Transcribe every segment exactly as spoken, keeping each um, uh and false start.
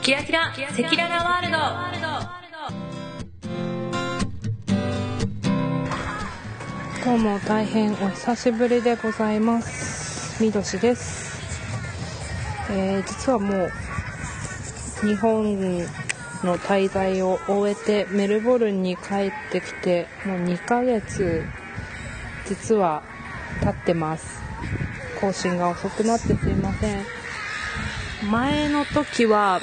キラキラ赤裸々ワールド。 どうも大変お久しぶりでございます。みどしです。えー、実はもう日本の滞在を終えてメルボルンに帰ってきてもうにかげつ実は経ってます。更新が遅くなってすいません。前の時は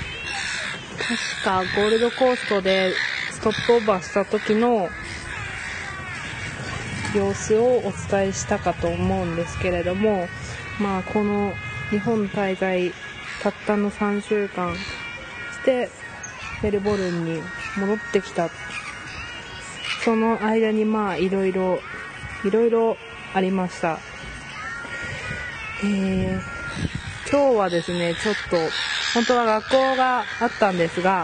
確かゴールドコーストでストップオーバーした時の様子をお伝えしたかと思うんですけれども、まあこの日本滞在たったのさんしゅうかんしてメルボルンに戻ってきた。その間にまあいろいろいろいろありました。えー、今日はですねちょっと本当は学校があったんですが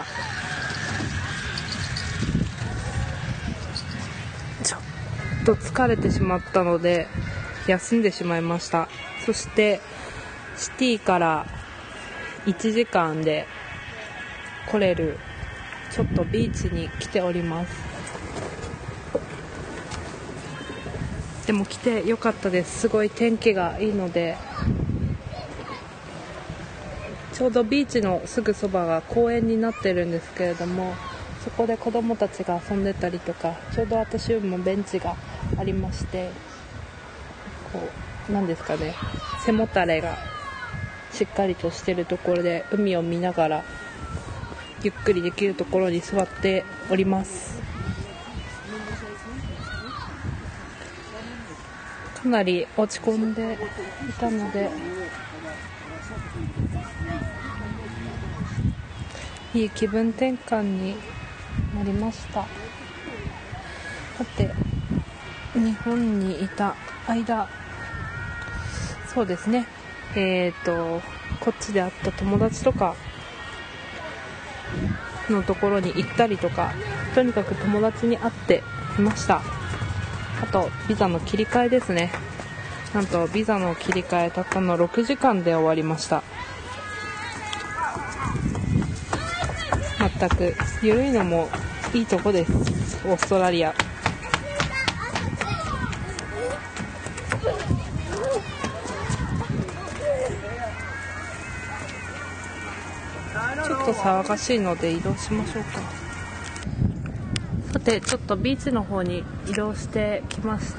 ちょっと疲れてしまったので休んでしまいました。そしてシティからいちじかんで来れるちょっとビーチに来ております。でも来てよかったです。すごい天気がいいので、ちょうどビーチのすぐそばが公園になってるんですけれども、そこで子どもたちが遊んでたりとか、ちょうど私よりもベンチがありまして、こうなんですかね、背もたれがしっかりとしてるところで海を見ながらゆっくりできるところに座っております。かなり落ち込んでいたのでいい気分転換になりました。さて日本にいた間、そうですねえーとこっちで会った友達とかのところに行ったりとか、とにかく友達に会っていました。あとビザの切り替えですね。なんとビザの切り替えたったのろくじかんで終わりました。全く緩いのもいいとこです。オーストラリア。ちょっと騒がしいので移動しましょうか。さてちょっとビーチの方に移動してきました。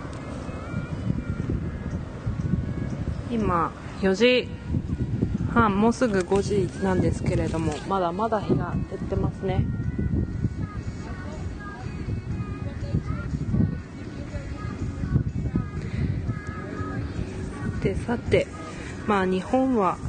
今よじはん、もうすぐごじなんですけれども、まだまだ日が照ってますね。でさてまあ日本は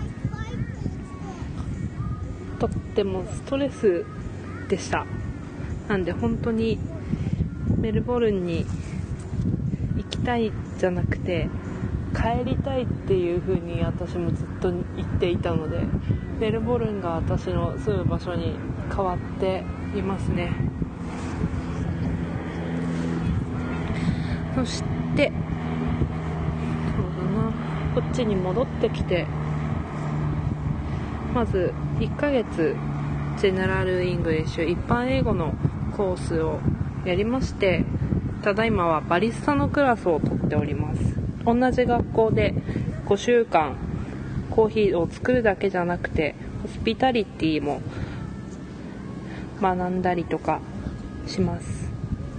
とってもストレスでした。なんで本当にメルボルンに行きたいじゃなくて帰りたいっていう風に私もずっと言っていたので、メルボルンが私の住む場所に変わっていますね。そしてそうだな、こっちに戻ってきてまずいっかげつジェネラルイングリッシュ一般英語のコースをやりまして、ただいまはバリスタのクラスを取っております。同じ学校でごしゅうかんコーヒーを作るだけじゃなくてホスピタリティも学んだりとかします。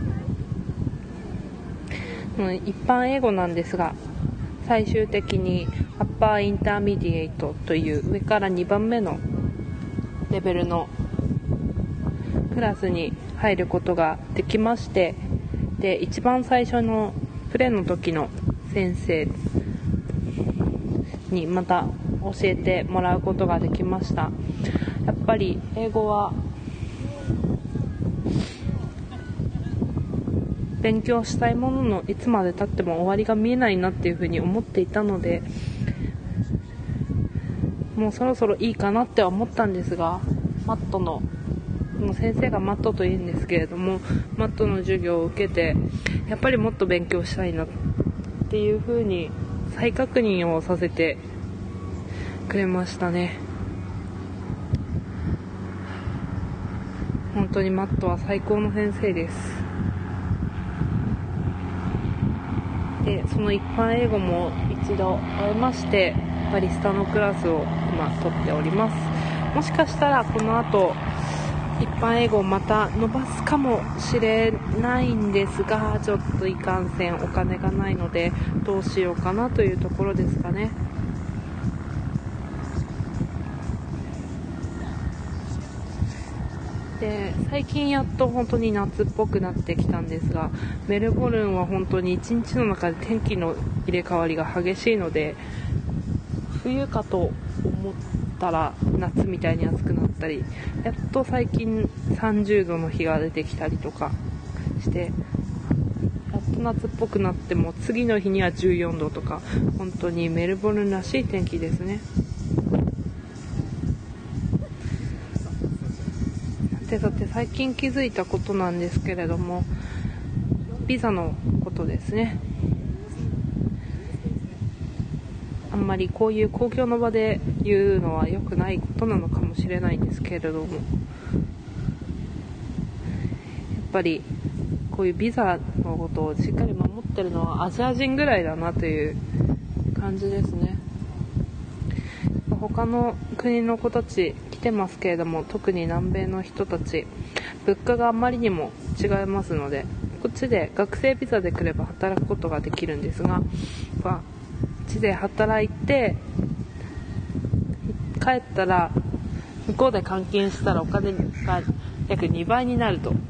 一般英語なんですが、最終的にアッパーインターミディエイトという上からにばんめのレベルのクラスに入ることができまして、で一番最初のプレの時の先生にまた教えてもらうことができました。やっぱり英語は勉強したいもののいつまで経っても終わりが見えないなっていうふうに思っていたので、もうそろそろいいかなって思ったんですが、マットのもう先生がマットというんですけれども、マットの授業を受けてやっぱりもっと勉強したいなっていうふうに再確認をさせてくれましたね。 本当にマットは最高の先生です。でその一般英語も一度終えまして、バリスタのクラスを今取っております。もしかしたらこの後一般英語をまた伸ばすかもしれないんですが、ちょっといかんせんお金がないのでどうしようかなというところですかね。で最近やっと本当に夏っぽくなってきたんですが、メルボルンは本当に一日の中で天気の入れ替わりが激しいので、冬かと思ったら夏みたいに暑くなったり、やっと最近さんじゅうどの日が出てきたりとかして、やっと夏っぽくなっても次の日にはじゅうよんどとか、本当にメルボルンらしい天気ですね。さてさて、最近気づいたことなんですけれども、ビザのことですね。あんまりこういう公共の場で言うのは良くないことなのかもしれないんですけれども、やっぱりこういうビザのことをしっかり守ってるのはアジア人ぐらいだなという感じですね。他の国の子たち来てますけれども、特に南米の人たち、物価があまりにも違いますので、こっちで学生ビザで来れば働くことができるんですが、まあ、こっちで働いて帰ったら向こうで換金したらお金が約にばいになると。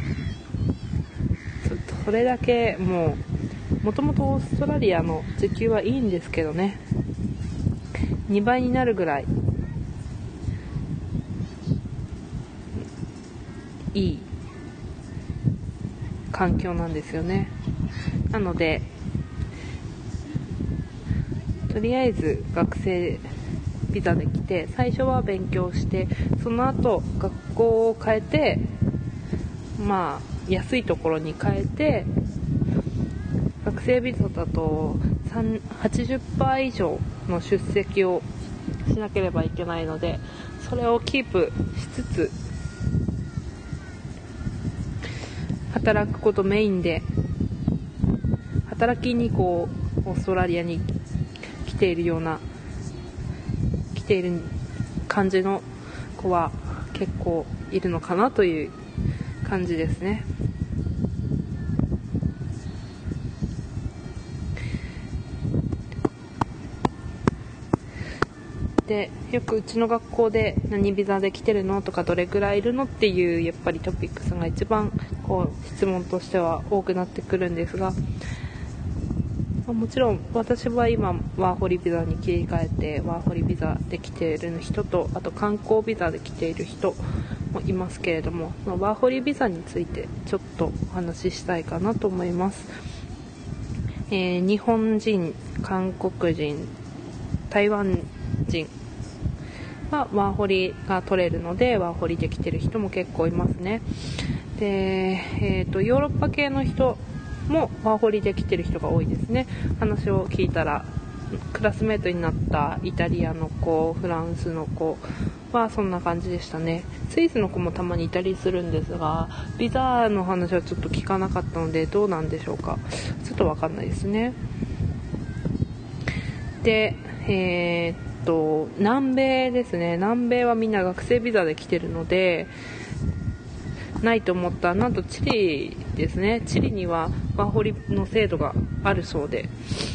それだけもう、もともとオーストラリアの時給はいいんですけどね、にばいになるぐらいいい環境なんですよね。なのでとりあえず学生ビザで来て、最初は勉強して、その後学校を変えて、まあ安いところに変えて、学生ビザだとはちじゅっパーセント以上の出席をしなければいけないので、それをキープしつつ働くことメインで、働きにこうオーストラリアに来ているような来ている感じの子は結構いるのかなという感じですね。でよくうちの学校で何ビザで来てるのとか、どれくらいいるのっていうやっぱりトピックスが一番こう質問としては多くなってくるんですが、もちろん私は今ワーホリビザに切り替えて、ワーホリビザで来ている人と、あと観光ビザで来ている人もいますけれども、ワーホリビザについてちょっとお話ししたいかなと思います。えー、日本人、韓国人、台湾人はワーホリが取れるので、ワーホリで来てる人も結構いますね。で、えーと、ヨーロッパ系の人もワーホリで来てる人が多いですね。話を聞いたら、クラスメートになったイタリアの子、フランスの子はそんな感じでしたね。スイスの子もたまにいたりするんですが、ビザの話はちょっと聞かなかったのでどうなんでしょうか。ちょっとわかんないですね。で、えー、っと南米ですね。南米はみんな学生ビザで来てるので、ないと思ったなんとチリですね。チリにはワーホリの制度があるそうで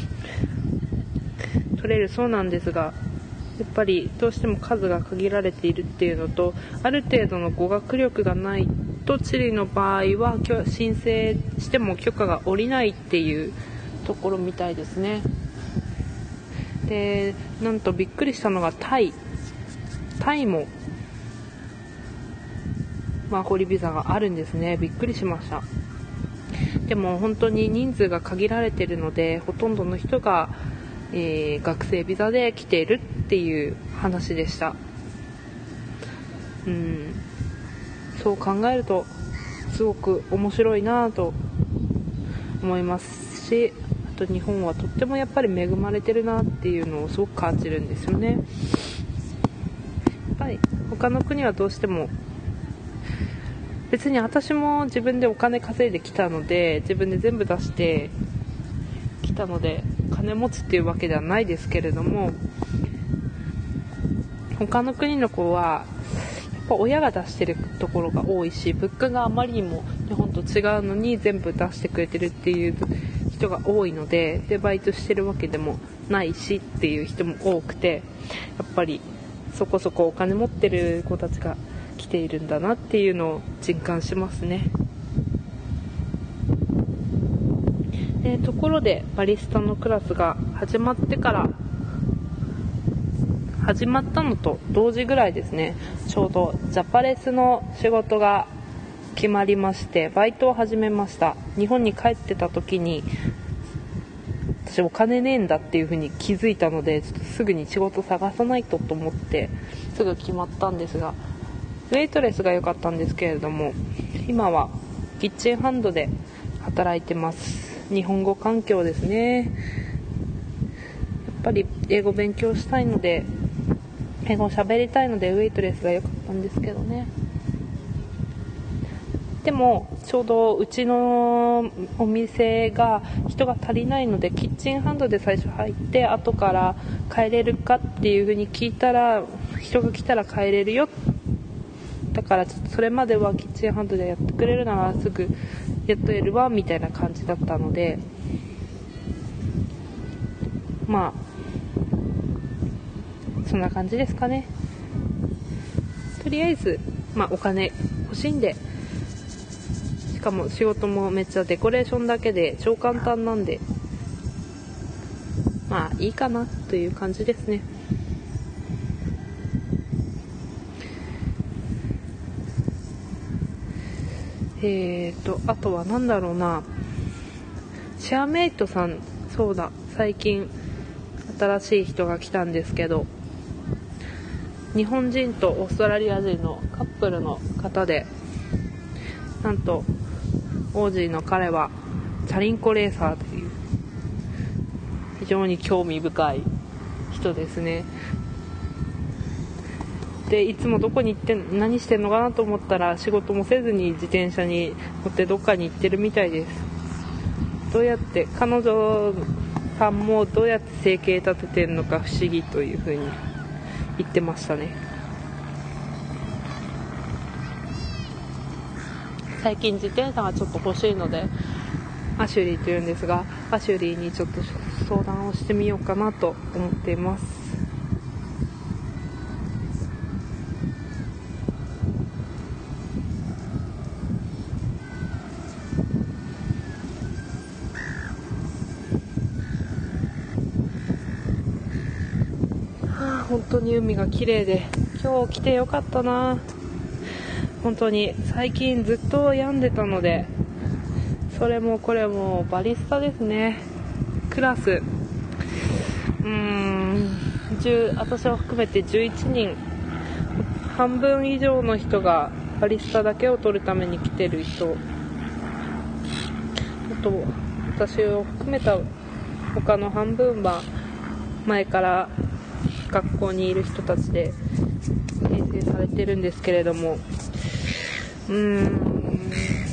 取れるそうなんですが、やっぱりどうしても数が限られているっていうのと、ある程度の語学力がないとチリの場合は申請しても許可が下りないっていうところみたいですね。で、なんとびっくりしたのがタイタイもワーホリビザがあるんですね。びっくりしました。でも本当に人数が限られているので、ほとんどの人が、えー、学生ビザで来ているっていう話でした。うん、そう考えるとすごく面白いなと思いますし、あと日本はとってもやっぱり恵まれてるなっていうのをすごく感じるんですよね。やっぱり他の国はどうしても別に私も自分でお金稼いできたので、自分で全部出してきたので金持ちっていうわけではないですけれども、他の国の子はやっぱ親が出してるところが多いし、物価があまりにも日本と違うのに全部出してくれてるっていう人が多いので、でバイトしてるわけでもないしっていう人も多くて、やっぱりそこそこお金持ってる子たちが来ているんだなっていうのを実感しますね。でところでバリスタのクラスが始まってから始まったのと同時ぐらいですね、ちょうどジャパレスの仕事が決まりまして、バイトを始めました。日本に帰ってた時に私お金ねえんだっていう風に気づいたので、ちょっとすぐに仕事探さないとと思ってすぐ決まったんですが、ウェイトレスが良かったんですけれども、今はキッチンハンドで働いてます。日本語環境ですね。やっぱり英語勉強したいので、英語を喋りたいのでウェイトレスが良かったんですけどね。でもちょうどうちのお店が人が足りないので、キッチンハンドで最初入って後から帰れるかっていう風に聞いたら、人が来たら帰れるよ、だからちょっとそれまではキッチンハンドでやってくれるならすぐ雇えるわみたいな感じだったので、まあそんな感じですかね。とりあえず、まあ、お金欲しいんで、しかも仕事もめっちゃデコレーションだけで超簡単なんで、まあいいかなという感じですね。えーとあとはなんだろうな、シェアメイトさん、そうだ、最近新しい人が来たんですけど、日本人とオーストラリア人のカップルの方で、なんとオージーの彼はチャリンコレーサーという非常に興味深い人ですね。でいつもどこに行って何してんのかなと思ったら、仕事もせずに自転車に乗ってどっかに行ってるみたいです。どうやって彼女さんもどうやって生計立ててるのか不思議というふうに言ってましたね。最近自転車がちょっと欲しいので、アシュリーというんですが、アシュリーにちょっと相談をしてみようかなと思っています。本当に海が綺麗で、今日来てよかったな。本当に最近ずっと病んでたので、それもこれもバリスタですね。クラスうーんじゅう私を含めてじゅういちにん、半分以上の人がバリスタだけを取るために来てる人、あと私を含めた他の半分は前から学校にいる人たちで編成されてるんですけれども、うーん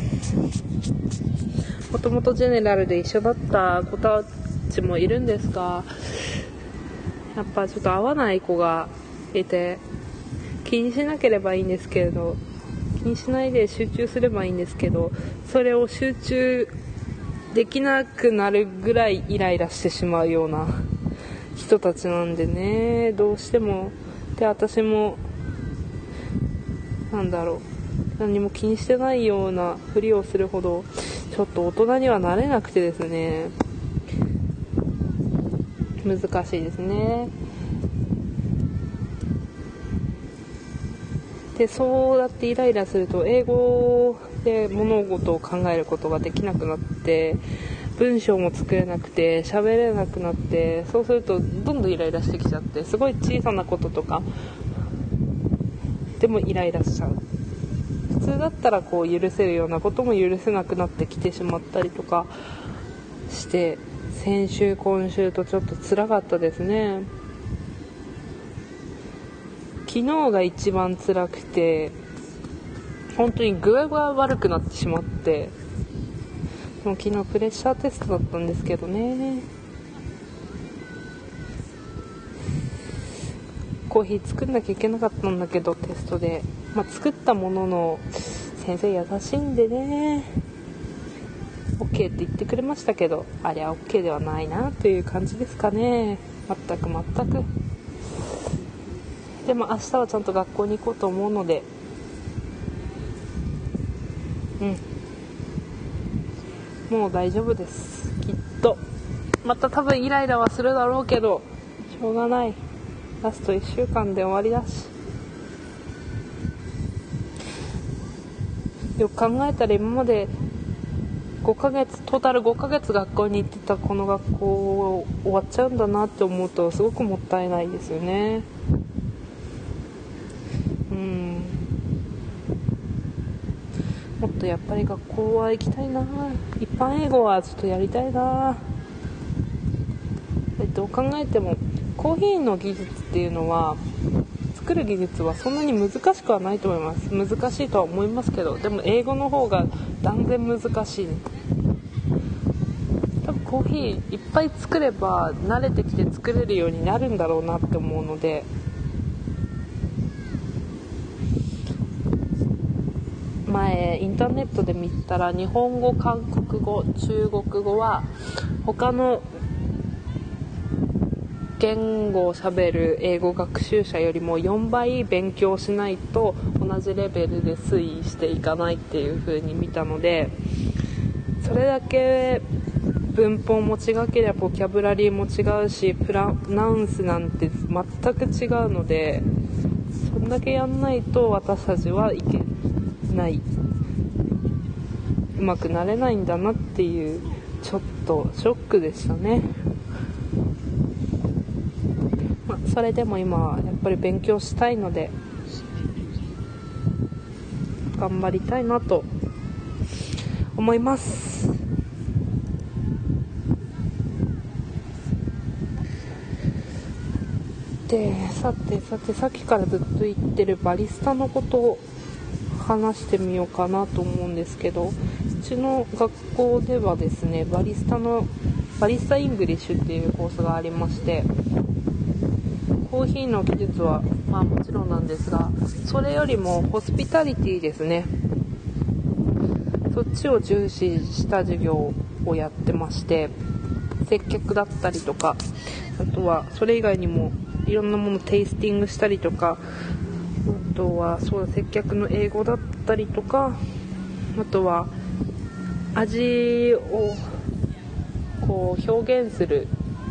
もともとジェネラルで一緒だった子たちもいるんですが、やっぱちょっと合わない子がいて、気にしなければいいんですけれど、気にしないで集中すればいいんですけど、それを集中できなくなるぐらいイライラしてしまうような人たちなんでね、どうしても。で私もなんだろう、何も気にしてないようなふりをするほどちょっと大人にはなれなくてですね、難しいですね。でそうやってイライラすると英語で物事を考えることができなくなって、文章も作れなくて喋れなくなって、そうするとどんどんイライラしてきちゃって、すごい小さなこととかでもイライラしちゃう。普通だったらこう許せるようなことも許せなくなってきてしまったりとかして、先週今週とちょっと辛かったですね。昨日が一番辛くて、 本当に具合が悪くなってしまって、もう昨日プレッシャーテストだったんですけどね、コーヒー作んなきゃいけなかったんだけどテストで、まあ、作ったものの先生優しいんでね OK って言ってくれましたけど、あれは OK ではないなという感じですかね。全く全く。でも明日はちゃんと学校に行こうと思うので、うんもう大丈夫です。きっとまた多分イライラはするだろうけどしょうがない。ラストいっしゅうかんで終わりだし、よく考えたら今までごかげつトータルごかげつ学校に行ってたこの学校終わっちゃうんだなって思うとすごくもったいないですよね。うんもっとやっぱり学校は行きたいな。一般英語はちょっとやりたいな。どう考えてもコーヒーの技術っていうのは、作る技術はそんなに難しくはないと思います。難しいとは思いますけど、でも英語の方が断然難しい。多分コーヒーいっぱい作れば慣れてきて作れるようになるんだろうなって思うので、前インターネットで見たら日本語、韓国語、中国語は他の言語をしゃべる英語学習者よりもよんばい勉強しないと同じレベルで推移していかないっていう風に見たので、それだけ文法も違ければボキャブラリーも違うし、プラナウンスなんて全く違うので、そんだけやんないと私たちはいけない、うまくなれないんだなっていう、ちょっとショックでしたね。まあ、それでも今はやっぱり勉強したいので頑張りたいなと思います。で、さてさてさっきからずっと言ってるバリスタのことを話してみようかなと思うんですけど、うちの学校ではですね、バリスタのバリスタイングリッシュっていうコースがありまして、コーヒーの技術はまあもちろんなんですが、それよりもホスピタリティですね、そっちを重視した授業をやってまして、接客だったりとか、あとはそれ以外にもいろんなものテイスティングしたりとか、あとはそうだ接客の英語だったりとか、あとは味をこう表現する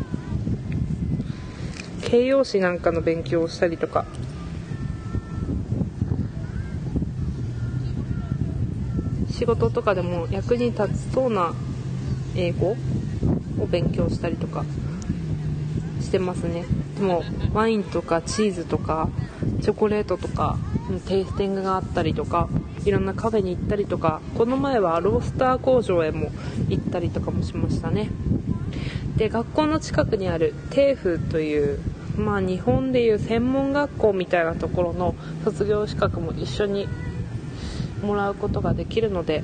形容詞なんかの勉強をしたりとか、仕事とかでも役に立ちそうな英語を勉強したりとかしてますね。でもワインとかチーズとかチョコレートとかテイスティングがあったりとか、いろんなカフェに行ったりとか、この前はロースター工場へも行ったりとかもしましたね。で、学校の近くにあるテーフという、まあ日本でいう専門学校みたいなところの卒業資格も一緒にもらうことができるので、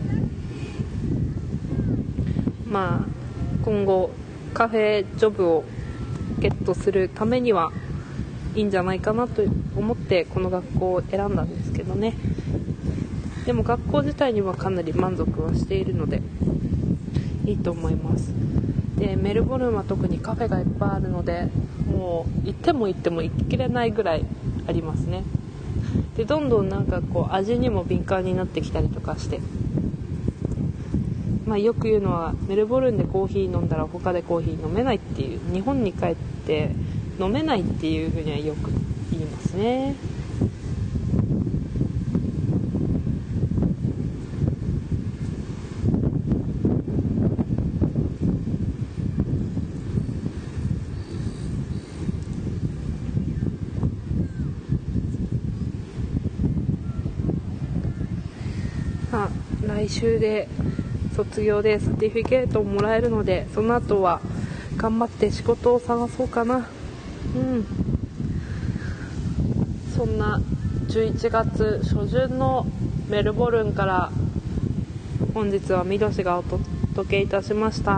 まあ今後カフェジョブをゲットするためにはいいんじゃないかなと思ってこの学校を選んだんですけどね。でも学校自体にはかなり満足はしているのでいいと思います。で、メルボルンは特にカフェがいっぱいあるので、もう行っても行っても行ききれないぐらいありますね。で、どんどんなんかこう味にも敏感になってきたりとかして、まあ、よく言うのはメルボルンでコーヒー飲んだら他でコーヒー飲めないっていう、日本に帰って飲めないっていうふうにはよく言いますね。まあ、来週で卒業でサティフィケートをもらえるので、その後は頑張って仕事を探そうかな。うんそんなじゅういちがつ初旬のメルボルンから本日はみどしがお届けいたしました。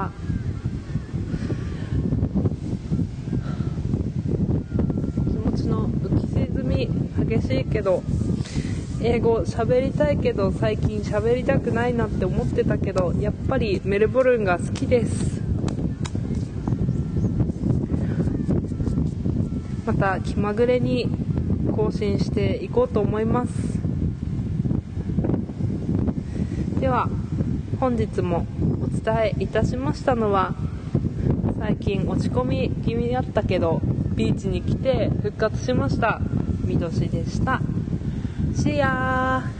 気持ちの浮き沈み激しいけど、英語喋りたいけど最近喋りたくないなって思ってたけど、やっぱりメルボルンが好きです。また気まぐれに更新していこうと思います。では本日もお伝えいたしましたのは、最近落ち込み気味だったけどビーチに来て復活しましたみどしでした。See ya!